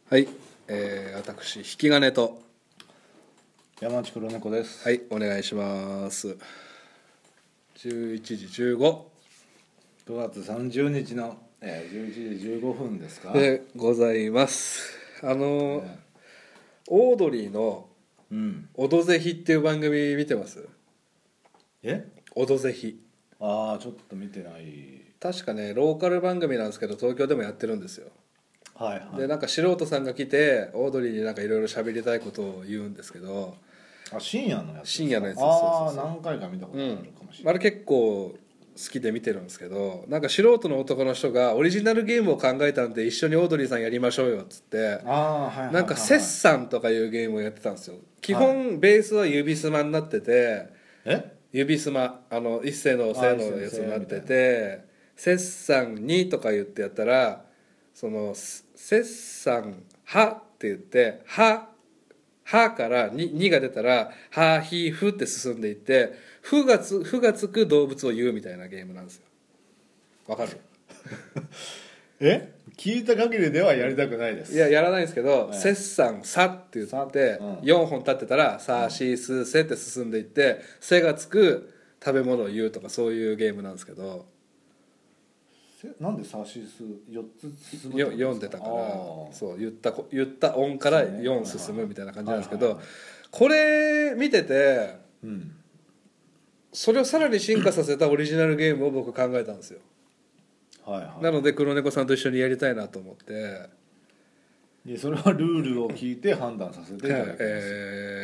はい、私引き金と山内黒猫です。 はいお願いします。11時15 9月30日の、11時15分ですか。 でございます。オードリーのうん。 オドぜひっていう番組見てます？オドぜひ、 ああ、ちょっと見てない。 確かねローカル番組なんですけど東京でもやってるんですよ。 はいはい。 でなんか素人さんが来てオードリーになんかいろいろ喋りたいことを言うんですけど、 深夜のやつですか。 深夜のやつです。 ああ、何回か見たことあるかもしれない。 あれ結構好きで見てるんですけど、なんか素人の男の人がオリジナルゲームを考えたんで一緒にオードリーさんやりましょうよっつって、 ああ、はいはいはいはい。 なんかセッサンとかいうゲームをやってたんですよ。基本ベースは指スマになってて、指スマ一世のせのやつになってて、セッサン2とか言ってやったら、そのセッサンはって言ってはから 2が出たらはひふって進んでいって、ふがつく動物を言うみたいなゲームなんですよ。わかる？ 聞いた限りではやりたくないです。 いややらないんですけど、セッサンさって言って、4本立ってたらさしすせって進んでいって、せがつく食べ物を言うとか、そういうゲームなんですけど、 なんでサーシス4つ進むってことですか。 読んでたから、そう言った音から4進むみたいな感じなんですけど、これ見てて、それをさらに進化させたオリジナルゲームを僕考えたんですよ。なので黒猫さんと一緒にやりたいなと思って、 でそれはルールを聞いて判断させていただきます。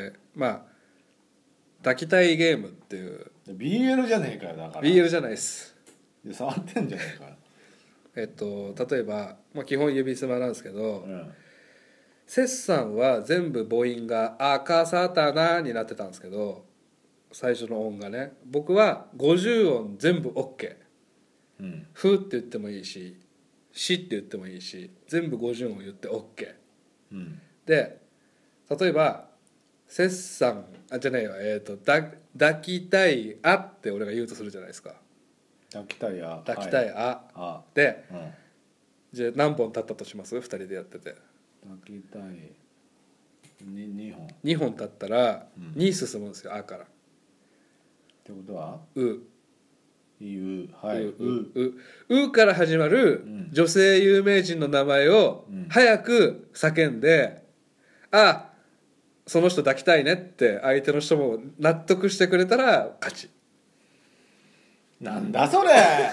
まあ抱きたいゲームっていう。 BL じゃねえかよ。だから BL じゃないです。 触ってんじゃねえかよ。 例えば、基本指スマなんですけど、セッサンは全部母音が「あかさたな」になってたんですけど、最初の音がね、僕は50音全部 OK、ふって言ってもいいし、しって言ってもいいし、全部50音言って OK、で例えばセッサンじゃねえよ、抱きたいあって俺が言うとするじゃないですか。 抱きたいあ、 で、じゃあ何本立ったとします？2人でやってて抱きたい2本 2本立ったら2進むんですよ、あから。 ってことはうから始まる女性有名人の名前を早く叫んで、あ、その人抱きたいねって相手の人も納得してくれたら勝ち。 なんだそれ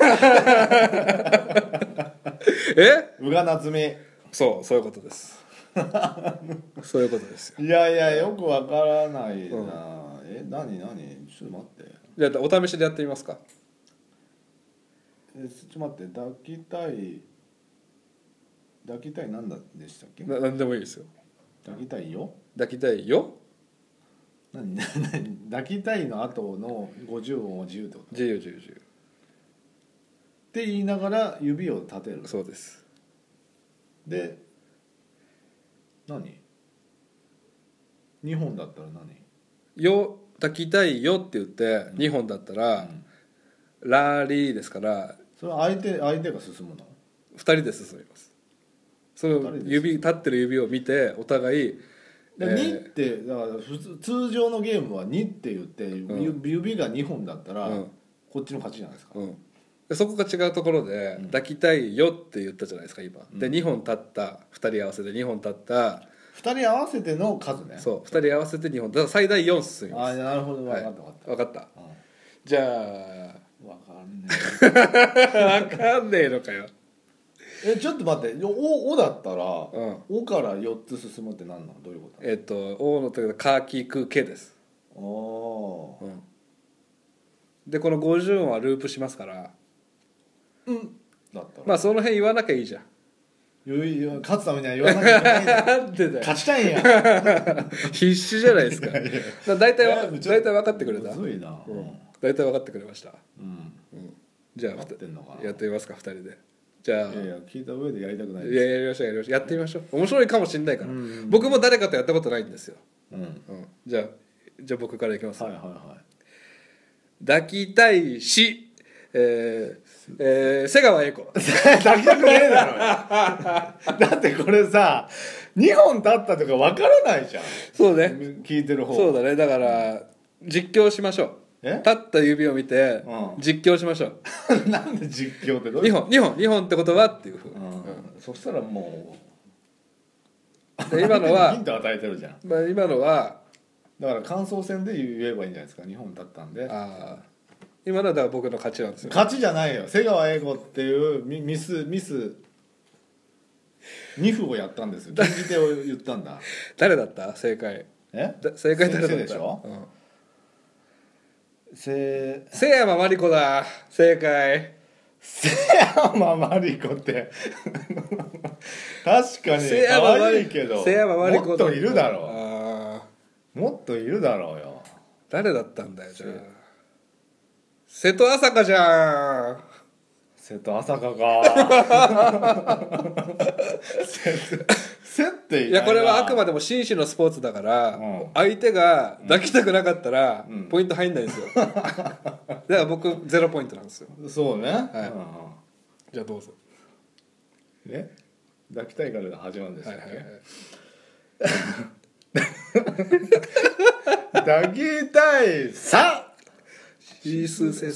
宇賀夏美。 そういうことですそういうことですよ。 いやいや、よくわからないな、何ちょっと待って。 じゃあお試しでやってみますか。 ちょっと待って、抱きたい何だでしたっけ。 何でもいいですよ。 抱きたいよ。 抱きたいよ。 何抱きたいの後の50音は自由ってこと。 自由って言いながら指を立てる。 そうです。 で何2本だったらよ、抱きたいよって言って2本だったら、ラリーですから、 それは相手が進むの。 2人で進みます。その立ってる指を見てお互い、 2ってだから通常のゲームは2って言って、指が2本だったら、こっちの勝ちじゃないですか。 そこが違うところで、抱きたいよって言ったじゃないですか今、で2本立った、2人合わせて2本立った、 2人合わせての数ね。 そう2人合わせて2本だから最大4進みます。 なるほど、分かった分かった、じゃあ分かんねえ分かんねえのかよ。 ちょっと待って、おだったら、おから4つ進むって何なの。どういうこと。 おのというかきくけです。でこの50音はループしますから、 だったらその辺言わなきゃいいじゃん。 勝つためには言わなきゃいけないんだなんでだよ、 勝ちたいんや必死じゃないですか。大体分かってくれた。 むずいな。 大体分かってくれました。じゃあやってんのかな。 やってみますか2人で。じゃあいや聞いた上でやりたくないです。 いややりましょうやってみましょう。面白いかもしれないから、僕も誰かとやったことないんですよ。じゃあ僕からいきます。抱きたいし、 瀬川栄子抱きたくねえだろだってこれさ2本経ったとか分からないじゃん。 そうね聞いてる方そうだねだから実況しましょう。立った指を見て実況しましょうなんで実況ってどう 2本ってことはっていうふう、 そしたらもうで今のはヒント与えてるじゃん、 まあ、今のはだから感想戦で言えばいいんじゃないですか。2本経ったんで今のはだから僕の勝ちなんですよ。 勝ちじゃないよ。瀬川栄子っていうミス2歩をやったんですよ。禁じ手を言ったんだ誰だった正解正解誰だったでしょ、瀬山真理子だ正解。 瀬山真理子って確かに可愛いけど瀬山真理子もっといるだろう。もっといるだろうよ。 誰だったんだよじゃあ。瀬戸朝香じゃん。 瀬戸朝香か瀬っていやこれはあくまでも紳士のスポーツだから、相手が抱きたくなかったらポイント入んないんですよ、だから僕0ポイントなんですよ。 そうね、 じゃあどうぞ。 抱きたいからが始まるんですよ、抱きたいさソニン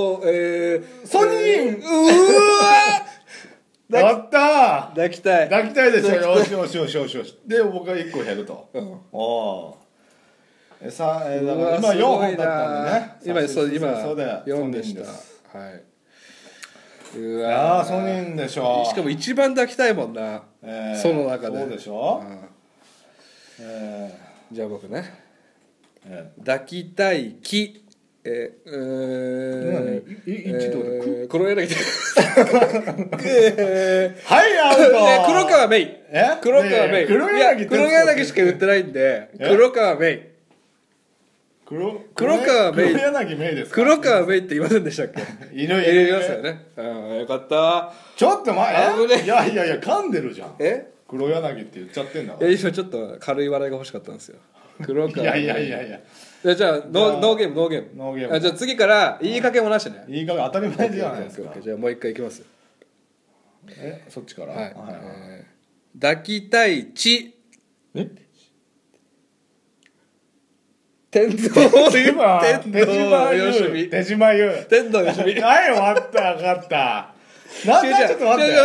やった抱きたいでしょ。よしで僕が1個減ると、だから今4本だったんでね。 今4でした。うわソニンでしょ。 しかも一番抱きたいもんな、その中で。 そうでしょ、 じゃあ僕ね、抱きたい木黒柳はいアウト黒川メイ黒柳しか言ってないんで黒川メイ黒柳メイですか。 黒川メイって言いませんでしたっけ。 いますよね。よかった。 ちょっと待っていや噛んでるじゃん。黒柳って言っちゃってんだから。 今ちょっと軽い笑いが欲しかったんですよ。黒川メイ。 いやじゃあノーゲームじゃあ次から言いかけもなしね。 言いかけ当たり前じゃないですか。 じゃあもう一回いきます。 そっちから抱きたい地天童よしみ手島優天童よしみはい終わった分かったなんだちょっと待って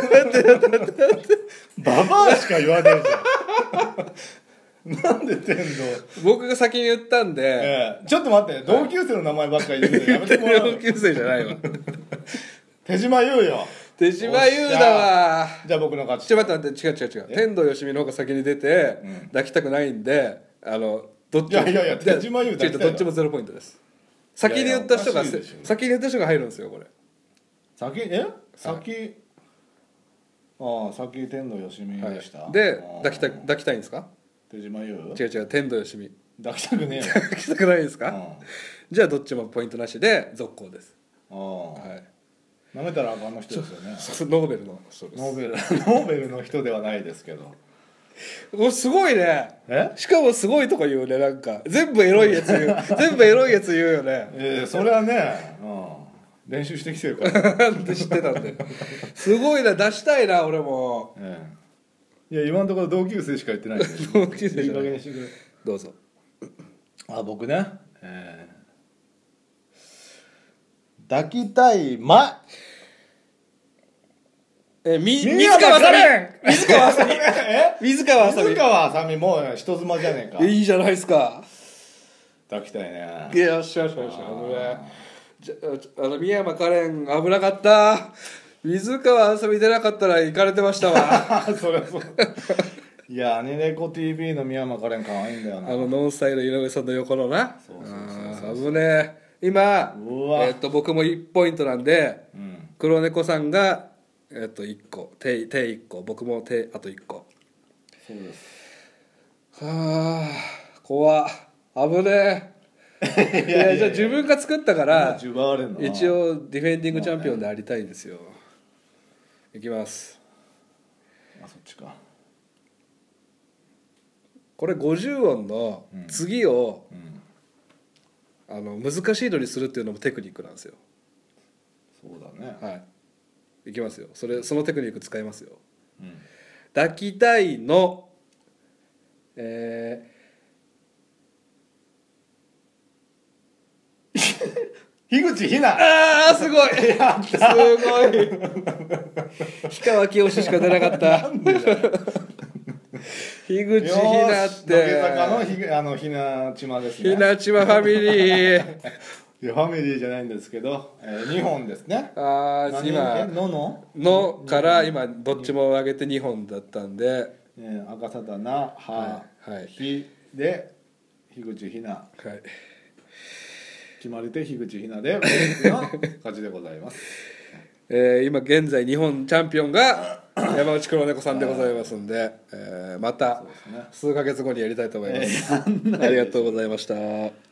ババアしか言わねえじゃんなんで天童僕が先に言ったんでちょっと待って同級生の名前ばっかり言うのやめてもらう。 同級生じゃないわ手島優よ。 手島優だわ。 じゃあ僕の勝ち。 ちょっと待って違う天童よしみの方が先に出て抱きたくないんでどっちもいや手島優どっちも0ポイントです。先に言った人が入るんですよこれ。先天童よしみでした。 で抱きたいんですか。 手島優違う天童よしみ抱きたくねえよ。 抱きたくないですか。じゃあどっちもポイントなしで続行です。 なめたらあかんの人ですよね。 ノーベルの人です。 ノーベルの人ではないですけど。 すごいね。しかもすごいとこ言うね。なんか全部エロいやつ言うよね。 それはね、練習してきてるからなんで知ってたんだよ。すごいな、出したいな俺も。 いや今のところ同級生しか言ってないんで同級生じゃない。 いい加減にしてくれ。 どうぞ。 僕ね、抱きたい間水川あさみもう人妻じゃねえか。 いいじゃないですか。 抱きたいね。 よっしゃ宮山カレン危なかった。水川あさみ出なかったら行かれてましたわ。 そりゃそういやアニレコ TV の宮山カレン可愛いんだよな。 ノンスタイル井上さんの横のな。危ねえ。今僕も1ポイントなんで、黒猫さんが1個手1個僕も手あと1個。 そうです。 はあ怖っ危ねえ。いやじゃあ自分が作ったから一応ディフェンディングチャンピオンでありたいんですよ。いきます。 そっちか。 これ50音の次を難しいのにするっていうのもテクニックなんですよ。 そうだね。 はい、いきますよ。そのテクニック使いますよ。 うん、 抱きたいの樋口日奈。 あーすごいすごい氷川きよししか出なかったなんでだよ樋口日奈って乃木坂のひなちまですね。 ひなちまファミリーファミリーじゃないんですけど、2本ですね。 ああ今のから今どっちも上げて2本だったんで、 赤さだなは、 はい、 ひで樋口日奈、 はい、 決まり手樋口日奈で僕の勝ちでございます今現在日本チャンピオンが山内黒猫さんでございますんで、また数ヶ月後にやりたいと思います。ありがとうございました。